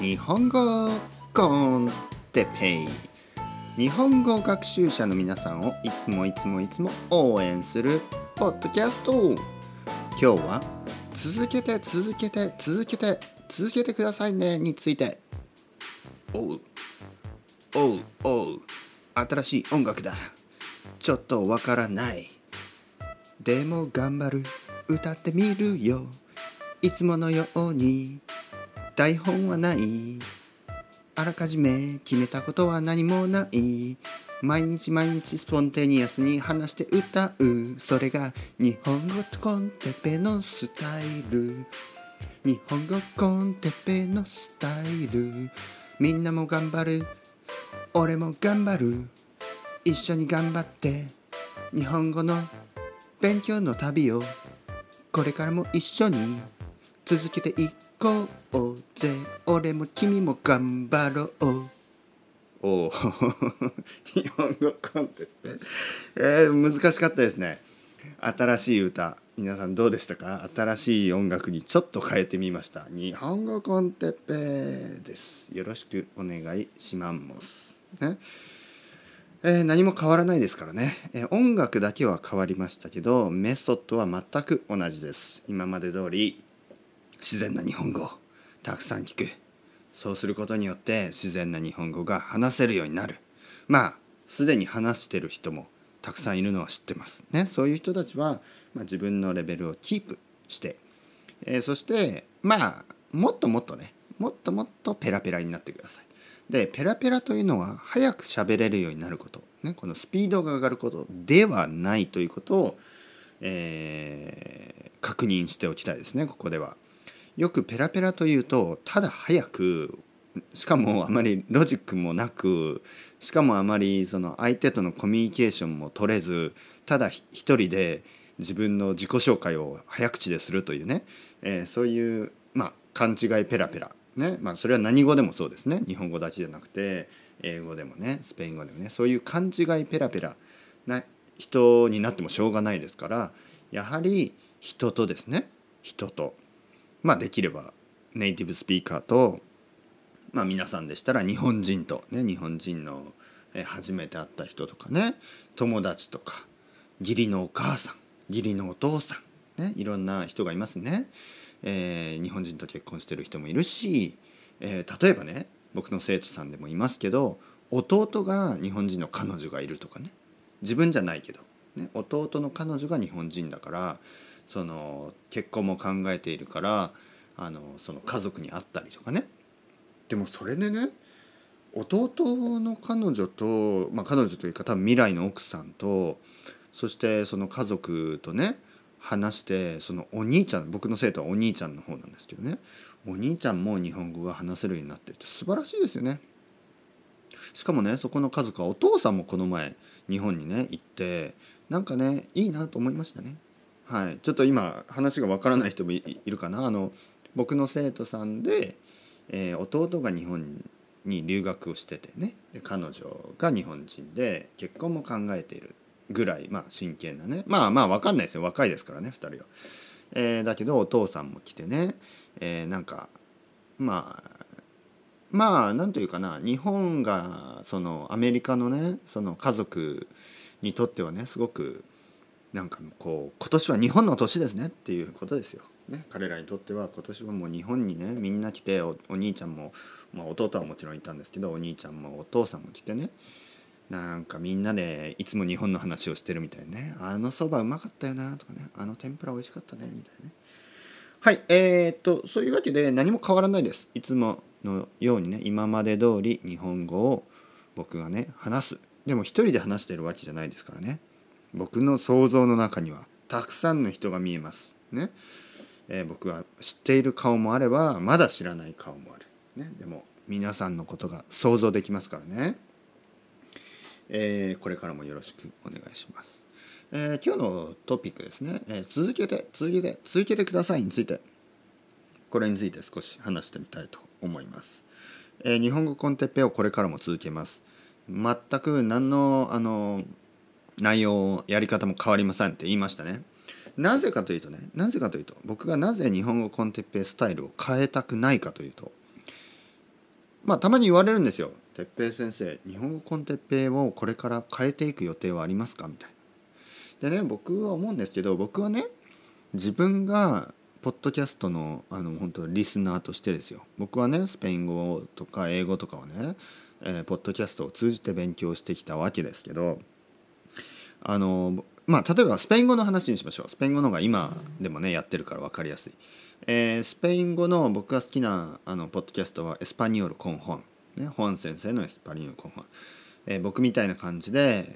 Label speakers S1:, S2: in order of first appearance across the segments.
S1: 日本語コンテペイ、日本語学習者の皆さんをいつも応援するポッドキャスト。今日は続けてくださいねについて。おう新しい音楽だ、ちょっとわからない、でも頑張る、歌ってみるよ、いつものように台本はない、あらかじめ決めたことは何もない、毎日スポンテニアスに話して歌う、それが日本語コンテペのスタイル、日本語コンテペのスタイル。みんなも頑張る、俺も頑張る、一緒に頑張って日本語の勉強の旅をこれからも一緒に続けていこうぜ。俺も君も頑張ろう。お日本語コンテッペ、難しかったですね。新しい歌、皆さんどうでしたか？新しい音楽にちょっと変えてみました。日本語コンテッペです。よろしくお願いしますね。何も変わらないですからね。音楽だけは変わりましたけど、メソッドは全く同じです。今まで通り自然な日本語をたくさん聞く。そうすることによって自然な日本語が話せるようになる。すでに話してる人もたくさんいるのは知ってますね。そういう人たちは、自分のレベルをキープして、そしてもっとペラペラになってください。で、ペラペラというのは早く喋れるようになること、ね、このスピードが上がることではないということを、確認しておきたいですね。ここではよくペラペラというと、ただ早く、しかもあまりロジックもなく、しかもあまりその相手とのコミュニケーションも取れず、ただ一人で自分の自己紹介を早口でするというね、そういう、勘違いペラペラね、それは何語でもそうですね。日本語だけじゃなくて英語でもね、スペイン語でもね、そういう勘違いペラペラな人になってもしょうがないですから、やはり人とですね、できればネイティブスピーカーと、皆さんでしたら日本人とね、日本人の初めて会った人とかね、友達とか義理のお母さん、義理のお父さんね、いろんな人がいますね。日本人と結婚してる人もいるし、例えばね、僕の生徒さんでもいますけど、弟が日本人の彼女がいるとかね、自分じゃないけど、ね、弟の彼女が日本人だから、その結婚も考えているから、その家族に会ったりとかね。でもそれでね、弟の彼女と、彼女というか多分未来の奥さんと、そしてその家族とね話して、そのお兄ちゃん、僕の生徒はお兄ちゃんの方なんですけどね、お兄ちゃんも日本語が話せるようになっていて素晴らしいですよね。しかもね、そこの家族はお父さんもこの前日本にね行って、なんかねいいなと思いましたね。はい、ちょっと今話がわからない人もいるかな。僕の生徒さんで、弟が日本に留学をしててね、で彼女が日本人で結婚も考えているぐらい、真剣なね、わかんないですよ、若いですからね2人は。だけどお父さんも来てね、なんかなんというかな、日本がそのアメリカのね、その家族にとってはね、すごくなんかこう、今年は日本の年ですねっていうことですよ、ね、彼らにとっては今年はもう日本にねみんな来て、お兄ちゃんも、弟はもちろんいたんですけど、お兄ちゃんもお父さんも来てね、なんかみんなでいつも日本の話をしてるみたいね。あのそばうまかったよなとかね、あの天ぷら美味しかったねみたいなね。はい、そういうわけで何も変わらないです。いつものようにね、今まで通り日本語を僕がね話す。でも一人で話してるわけじゃないですからね。僕の想像の中にはたくさんの人が見えますね。僕は知っている顔もあれば、まだ知らない顔もある、ね、でも皆さんのことが想像できますからね。これからもよろしくお願いします。今日のトピックですね、続けてくださいについて、これについて少し話してみたいと思います。日本語コンテッペをこれからも続けます。全く何の内容やり方も変わりませんって言いましたね。なぜかというと僕がなぜ日本語コンテッペスタイルを変えたくないかというと、 たまに言われるんですよ。哲平先生、日本語コンテッペイをこれから変えていく予定はありますかみたいな。でね、僕は思うんですけど、僕はね、自分がポッドキャストの本当リスナーとしてですよ、僕はねスペイン語とか英語とかをね、ポッドキャストを通じて勉強してきたわけですけど、例えばスペイン語の話にしましょう。スペイン語の方が今でもねやってるから分かりやすい。スペイン語の僕が好きなポッドキャストはエスパニョールコンホン、ね、ホン先生のエスパニョールコンホン、僕みたいな感じで、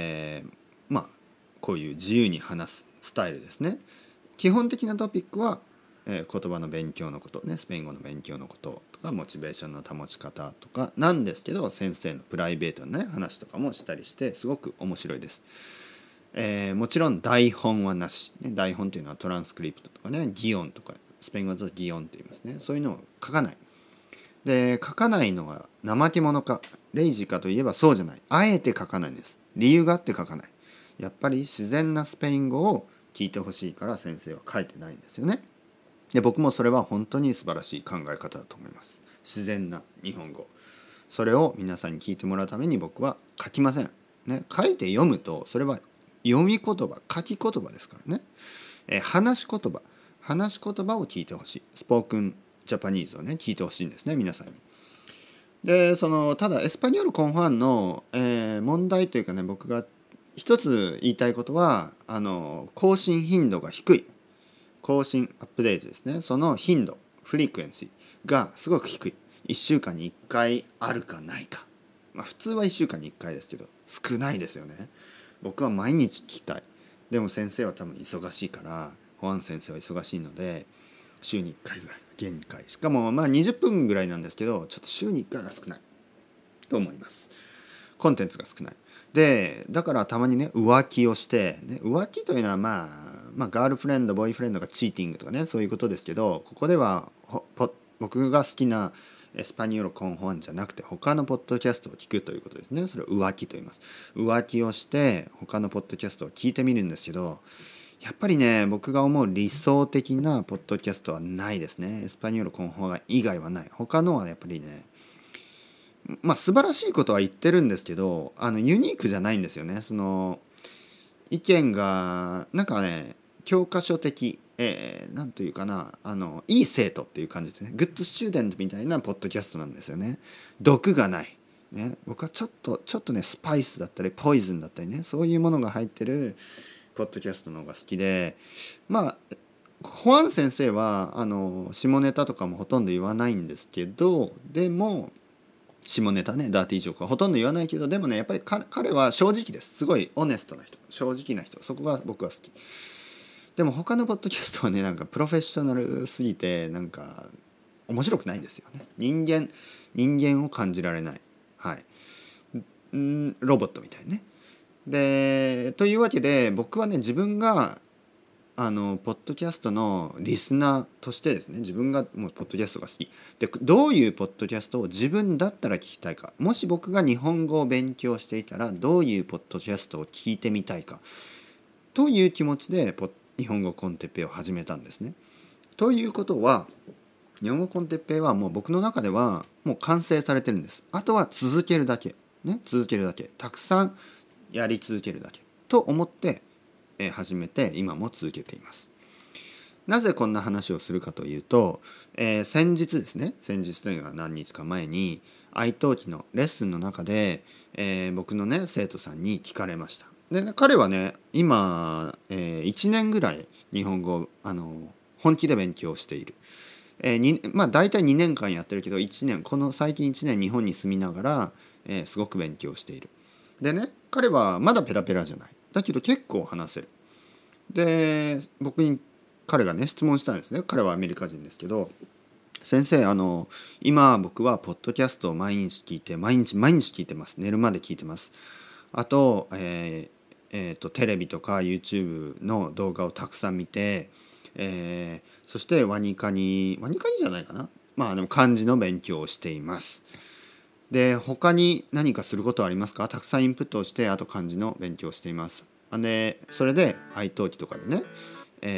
S1: こういう自由に話すスタイルですね。基本的なトピックは、言葉の勉強のことね、スペイン語の勉強のこととかモチベーションの保ち方とかなんですけど、先生のプライベートのね話とかもしたりしてすごく面白いです。もちろん台本はなし、ね、台本というのはトランスクリプトとかね、ギオンとかスペイン語だとギオンと言いますね。そういうのを書かない。で、書かないのは怠け者かレイジーかといえばそうじゃない。あえて書かないんです。理由があって書かない。やっぱり自然なスペイン語を聞いてほしいから先生は書いてないんですよね。で、僕もそれは本当に素晴らしい考え方だと思います。自然な日本語、それを皆さんに聞いてもらうために僕は書きません、ね、書いて読むとそれは読み言葉、書き言葉ですからね。話し言葉を聞いてほしい。スポークンジャパニーズをね聞いてほしいんですね、皆さんに。で、ただエスパニョールコンファンの、問題というかね、僕が一つ言いたいことは更新頻度が低い。更新アップデートですね、その頻度、フリークエンシーがすごく低い。1週間に1回あるかないか、普通は1週間に1回ですけど少ないですよね。僕は毎日聞きたい。でも先生は多分忙しいから、ホアン先生は忙しいので週に1回ぐらい限界。しかも20分ぐらいなんですけど、ちょっと週に1回が少ないと思います。コンテンツが少ない。で、だからたまにね浮気をして、ね、浮気というのはガールフレンドボーイフレンドがチーティングとかね、そういうことですけど、ここでは僕が好きなエスパニョールコンホアンじゃなくて他のポッドキャストを聞くということですね。それを浮気と言います。浮気をして他のポッドキャストを聞いてみるんですけど、やっぱりね、僕が思う理想的なポッドキャストはないですね。エスパニョールコンホアン以外はない。他のはやっぱりね、素晴らしいことは言ってるんですけど、ユニークじゃないんですよね。その意見がなんかね、教科書的、なんというかな、いい生徒っていう感じですね。グッドスチューデントみたいなポッドキャストなんですよね。毒がない、ね、僕はちょっとねスパイスだったりポイズンだったりね、そういうものが入ってるポッドキャストの方が好きで、ホアン先生は下ネタとかもほとんど言わないんですけど、でも下ネタね、ダーティージョークはほとんど言わないけど、でもねやっぱり彼は正直です。すごいオネストな人、正直な人、そこが僕は好き。でも他のポッドキャストはね、なんかプロフェッショナルすぎてなんか面白くないんですよね。人間を感じられない、はい、ロボットみたいね。で、というわけで僕はね、自分がポッドキャストのリスナーとしてですね、自分がもうポッドキャストが好きで、どういうポッドキャストを自分だったら聞きたいか、もし僕が日本語を勉強していたらどういうポッドキャストを聞いてみたいかという気持ちで日本語コンテッペイを始めたんですね。ということは、日本語コンテッペイはもう僕の中ではもう完成されてるんです。あとは続けるだけ、ね、続けるだけ、たくさんやり続けるだけと思って始めて今も続けています。なぜこんな話をするかというと、先日ですね、先日というのは何日か前に愛登記のレッスンの中で、僕のね生徒さんに聞かれました。で、彼はね今、1年ぐらい日本語を本気で勉強している。大体2年間やってるけど、最近1年日本に住みながら、すごく勉強している。でね、彼はまだペラペラじゃない。だけど結構話せる。で、僕に彼がね質問したんですね。彼はアメリカ人ですけど、先生、今僕はポッドキャストを毎日聞いて、毎日聞いてます。寝るまで聞いてます。あと、テレビとか YouTube の動画をたくさん見て、そしてワニカニじゃないかな、でも漢字の勉強をしています。で、他に何かすることはありますか？たくさんインプットをして、あと漢字の勉強をしています。で、それで愛登記とかでね、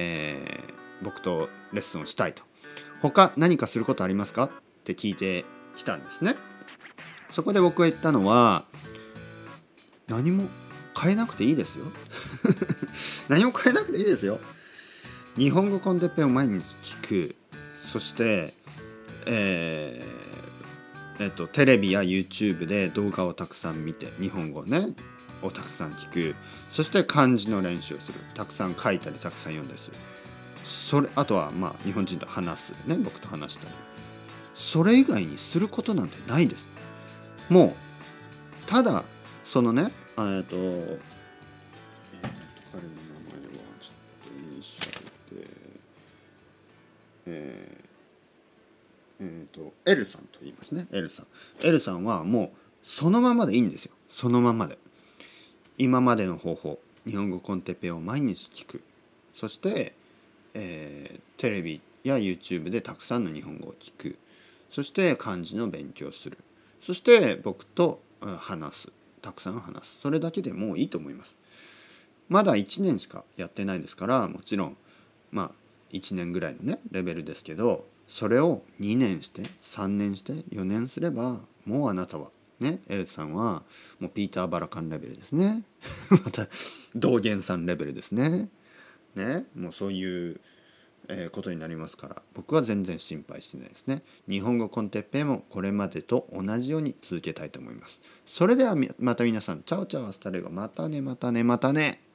S1: 僕とレッスンをしたいと。他何かすることありますかって聞いて来たんですね。そこで僕が言ったのは、何も変えなくていいですよ何も変えなくていいですよ。日本語コンテッペを毎日聞く。そして、テレビや YouTube で動画をたくさん見て、日本語ねをたくさん聞く。そして漢字の練習をする。たくさん書いたりたくさん読んだりする。あとは日本人と話すね、僕と話したり。それ以外にすることなんてないです。もうただそのね、彼の名前はちょっとにしエルさんと言いますね。エルさんはもうそのままでいいんですよ。そのままで今までの方法、日本語コンテッペを毎日聞く。そして、テレビや YouTube でたくさんの日本語を聞く。そして漢字の勉強をする。そして僕と話す。たくさん話す。それだけでもういいと思います。まだ1年しかやってないですから、もちろん1年ぐらいのねレベルですけど、それを2年して3年して4年すれば、もうあなたはね、エルさんはもうピーター・バラカンレベルですねまた道元さんレベルですね。もうそういうことになりますから、僕は全然心配してないですね。日本語コンテッペイもこれまでと同じように続けたいと思います。それではまた皆さん、チャオチャオアスタレゴ、またねまたねまたね。